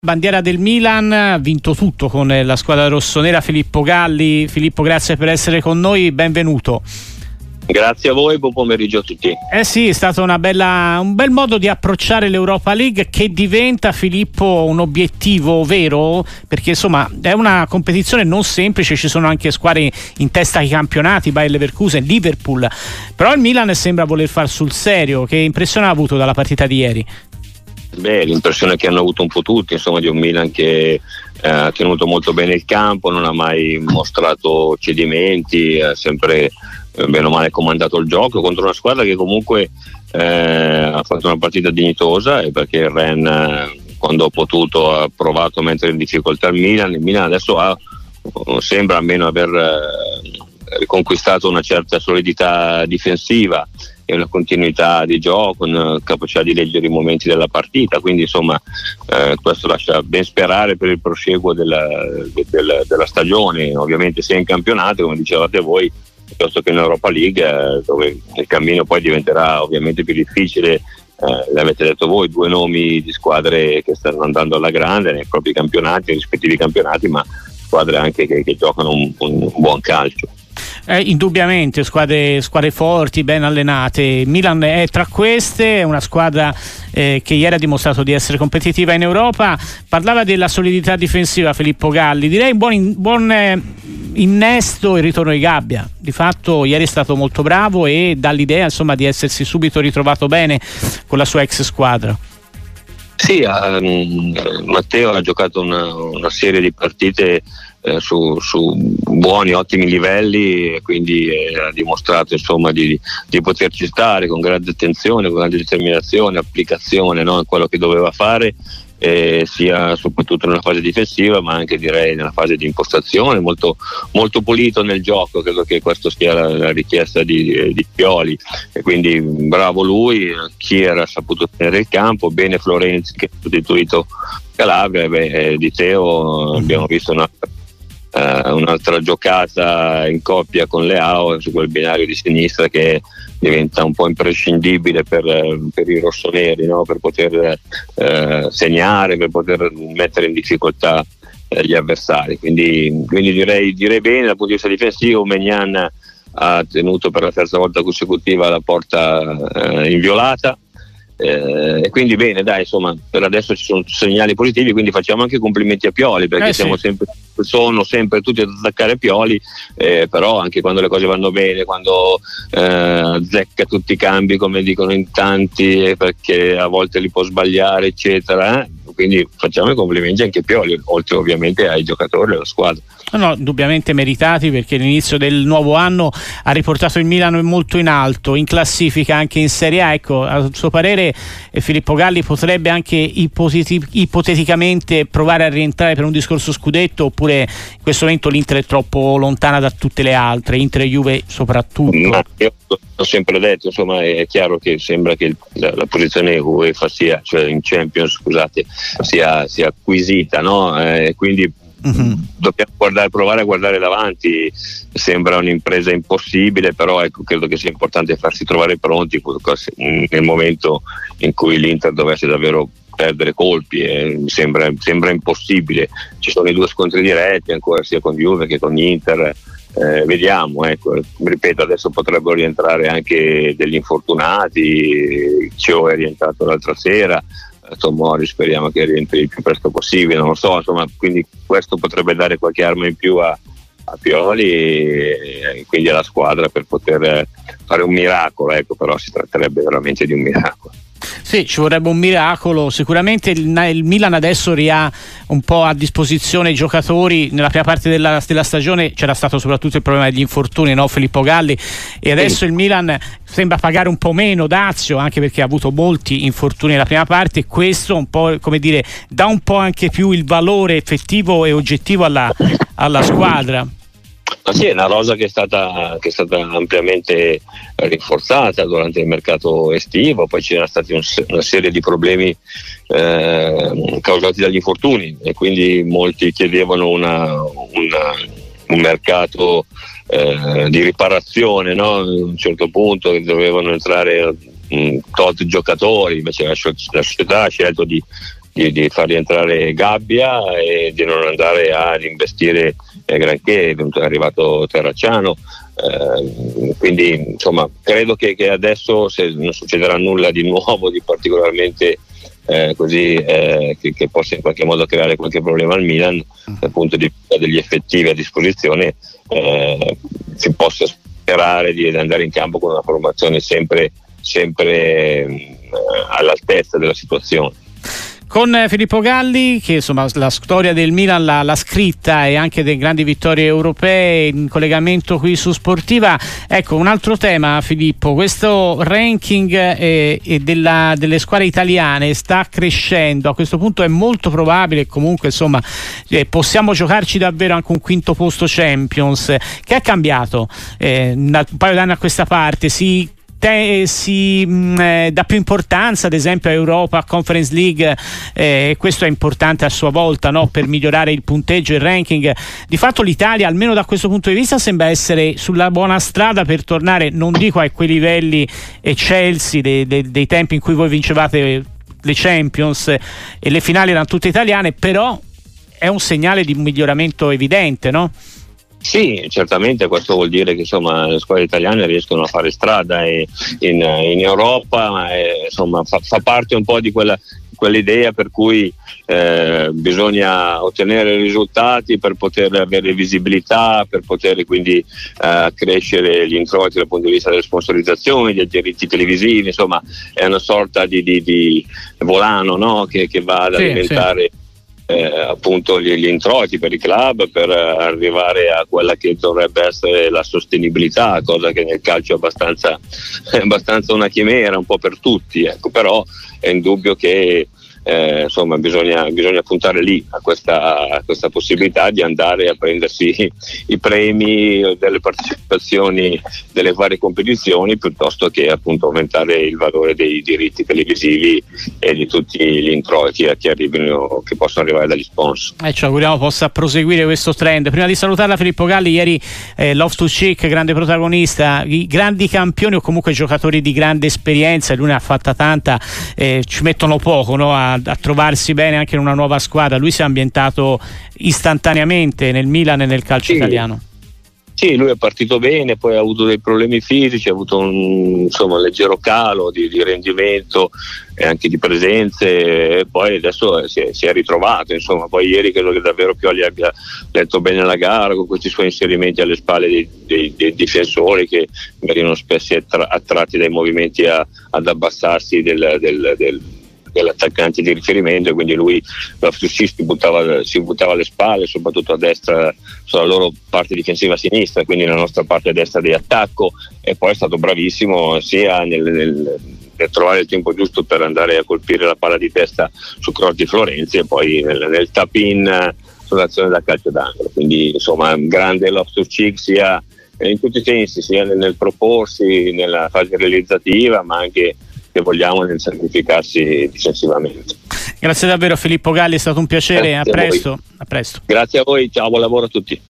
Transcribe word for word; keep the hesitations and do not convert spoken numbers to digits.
Bandiera del Milan, ha vinto tutto con la squadra rossonera. Filippo Galli. Filippo, grazie per essere con noi, benvenuto. Grazie a voi, buon pomeriggio a tutti. Eh sì, è stato una bella, un bel modo di approcciare l'Europa League, che diventa, Filippo, un obiettivo vero, perché insomma è una competizione non semplice, ci sono anche squadre in testa ai campionati, Bayer Leverkusen, Liverpool, però il Milan sembra voler far sul serio. Che impressione ha avuto dalla partita di ieri? Beh, l'impressione che hanno avuto un po' tutti, insomma, di un Milan che eh, ha tenuto molto bene il campo, non ha mai mostrato cedimenti, ha sempre eh, bene o male comandato il gioco contro una squadra che comunque eh, ha fatto una partita dignitosa, e perché il Rennes, eh, quando ha potuto, ha provato a mettere in difficoltà il Milan. Il Milan adesso ha, sembra almeno aver eh, riconquistato una certa solidità difensiva e una continuità di gioco, una capacità di leggere i momenti della partita, quindi insomma eh, questo lascia ben sperare per il prosieguo della, della, della stagione, ovviamente sia in campionato, come dicevate voi, piuttosto che in Europa League, eh, dove il cammino poi diventerà ovviamente più difficile. Eh, l'avete detto voi, due nomi di squadre che stanno andando alla grande nei propri campionati, nei rispettivi campionati, ma squadre anche che, che giocano un, un, un buon calcio. Eh, indubbiamente squadre, squadre forti, ben allenate. Milan è tra queste, è una squadra eh, che ieri ha dimostrato di essere competitiva in Europa. Parlava della solidità difensiva Filippo Galli, direi buon, buon eh, innesto il ritorno di Gabbia. Di fatto ieri è stato molto bravo e dà l'idea insomma di essersi subito ritrovato bene con la sua ex squadra. Sì, um, Matteo ha giocato una, una serie di partite eh, su, su buoni, ottimi livelli, e quindi eh, ha dimostrato insomma di, di poterci stare con grande attenzione, con grande determinazione, applicazione, no, in quello che doveva fare, eh, sia soprattutto nella fase difensiva, ma anche direi nella fase di impostazione, molto, molto pulito nel gioco. Credo che questa sia la, la richiesta di, di Pioli, e quindi bravo lui. Chier ha saputo tenere il campo, bene Florenzi che ha sostituito Calabria, e beh, di Teo abbiamo visto una Uh, un'altra giocata in coppia con Leao su quel binario di sinistra che diventa un po' imprescindibile per, per i rossoneri, no? Per poter uh, segnare, per poter mettere in difficoltà uh, gli avversari, quindi, quindi direi, direi bene dal punto di vista difensivo. Maignan ha tenuto per la terza volta consecutiva la porta uh, inviolata. Eh, e quindi bene, dai, insomma, per adesso ci sono segnali positivi, quindi facciamo anche complimenti a Pioli, perché eh, siamo sì. sempre, sono sempre tutti ad attaccare Pioli, eh, però anche quando le cose vanno bene, quando eh, azzecca tutti i cambi come dicono in tanti, eh, perché a volte li può sbagliare eccetera, eh? Quindi facciamo i complimenti anche a Pioli, oltre ovviamente ai giocatori della squadra. No, no, indubbiamente meritati, perché l'inizio del nuovo anno ha riportato il Milan molto in alto, in classifica anche in Serie A. Ecco, a suo parere eh, Filippo Galli potrebbe anche ipoteti- ipoteticamente provare a rientrare per un discorso scudetto, oppure in questo momento l'Inter è troppo lontana da tutte le altre, Inter e Juve soprattutto? Ma io ho sempre detto, insomma, è chiaro che sembra che la, la posizione UEFA sia, cioè in Champions, scusate, sia, sia acquisita, no? Eh, quindi Mm-hmm. dobbiamo guardare, provare a guardare davanti. Sembra un'impresa impossibile, però ecco, credo che sia importante farsi trovare pronti nel momento in cui l'Inter dovesse davvero perdere colpi, e mi sembra, sembra impossibile. Ci sono i due scontri diretti ancora, sia con Juve che con Inter. Eh, vediamo, ecco, ripeto, adesso potrebbero rientrare anche degli infortunati. Cio è rientrato l'altra sera, Tomori speriamo che rientri il più presto possibile, non lo so, insomma, quindi questo potrebbe dare qualche arma in più a, a Pioli e, e quindi alla squadra per poter fare un miracolo, ecco, però si tratterebbe veramente di un miracolo. Sì, ci vorrebbe un miracolo. Sicuramente il, il Milan adesso ha un po' a disposizione i giocatori. Nella prima parte della, della stagione c'era stato soprattutto il problema degli infortuni, no, Filippo Galli, e adesso sì. Il Milan sembra pagare un po' meno Dazio, anche perché ha avuto molti infortuni nella prima parte, e questo un po', come dire, dà un po' anche più il valore effettivo e oggettivo alla, alla squadra. Ma sì, è una rosa che è stata, che è stata ampiamente rinforzata durante il mercato estivo, poi c'era stata un, una serie di problemi eh, causati dagli infortuni, e quindi molti chiedevano una, una, un mercato eh, di riparazione, no? A un certo punto dovevano entrare um, tot giocatori, invece la, la società ha scelto di di, di far rientrare Gabbia e di non andare ad investire eh, granché. È arrivato Terracciano, eh, quindi insomma credo che, che adesso, se non succederà nulla di nuovo, di particolarmente eh, così eh, che, che possa in qualche modo creare qualche problema al Milan dal punto di vista degli effettivi a disposizione, eh, si possa sperare di andare in campo con una formazione sempre, sempre eh, all'altezza della situazione. Con Filippo Galli, che insomma la storia del Milan l'ha, l'ha scritta, e anche delle grandi vittorie europee, in collegamento qui su Sportiva. Ecco, un altro tema, Filippo: questo ranking eh, della, delle squadre italiane sta crescendo. A questo punto è molto probabile, comunque insomma eh, possiamo giocarci davvero anche un quinto posto Champions. Che è cambiato eh, da un paio d'anni a questa parte? Si Te, si mh, eh, dà più importanza ad esempio a Europa, a Conference League, e eh, questo è importante a sua volta, no? Per migliorare il punteggio e il ranking. Di fatto l'Italia, almeno da questo punto di vista, sembra essere sulla buona strada per tornare, non dico a quei livelli eccelsi dei, dei, dei tempi in cui voi vincevate le Champions e le finali erano tutte italiane, però è un segnale di un miglioramento evidente, no? Sì, certamente questo vuol dire che insomma le squadre italiane riescono a fare strada in, in Europa, ma è, insomma fa, fa parte un po' di quella, quell'idea per cui eh, bisogna ottenere risultati per poter avere visibilità, per poter quindi eh, crescere gli introiti dal punto di vista delle sponsorizzazioni, dei diritti televisivi. Insomma è una sorta di, di, di volano, no? che, che va ad sì, alimentare sì. Eh, appunto gli, gli introiti per i club, per eh, arrivare a quella che dovrebbe essere la sostenibilità, cosa che nel calcio è abbastanza, è abbastanza una chimera un po' per tutti, ecco. Però è indubbio che eh, insomma bisogna, bisogna puntare lì a questa, a questa possibilità di andare a prendersi i premi delle partecipazioni delle varie competizioni, piuttosto che appunto aumentare il valore dei diritti televisivi e di tutti gli introiti che arrivino, che possono arrivare dagli sponsor. Eh, ci auguriamo possa proseguire questo trend. Prima di salutarla, Filippo Galli, ieri eh, Loftus-Cheek, grande protagonista, i grandi campioni o comunque giocatori di grande esperienza, lui ne ha fatta tanta, eh, ci mettono poco, no? a, a trovarsi bene anche in una nuova squadra. Lui si è ambientato istantaneamente nel Milan e nel calcio sì. italiano. Sì, lui è partito bene, poi ha avuto dei problemi fisici, ha avuto un, insomma, un leggero calo di, di rendimento e anche di presenze, e poi adesso si è, si è ritrovato. Insomma, poi ieri credo che davvero Pioli abbia letto bene la gara con questi suoi inserimenti alle spalle dei, dei, dei difensori, che venivano spesso attratti dai movimenti a, ad abbassarsi del, del, del dell'attaccante di riferimento, e quindi lui si buttava, si buttava alle spalle, soprattutto a destra sulla loro parte difensiva a sinistra, quindi la nostra parte destra di attacco, e poi è stato bravissimo sia nel, nel, nel trovare il tempo giusto per andare a colpire la palla di testa su cross di Florenzi, e poi nel, nel tap-in sull'azione da calcio d'angolo. Quindi insomma un grande Loftus-Cheek sia in tutti i sensi, sia nel, nel proporsi nella fase realizzativa, ma anche, che vogliamo, nel sacrificarsi difensivamente. Grazie davvero Filippo Galli, è stato un piacere. A presto. a presto. Grazie a voi, ciao, buon lavoro a tutti.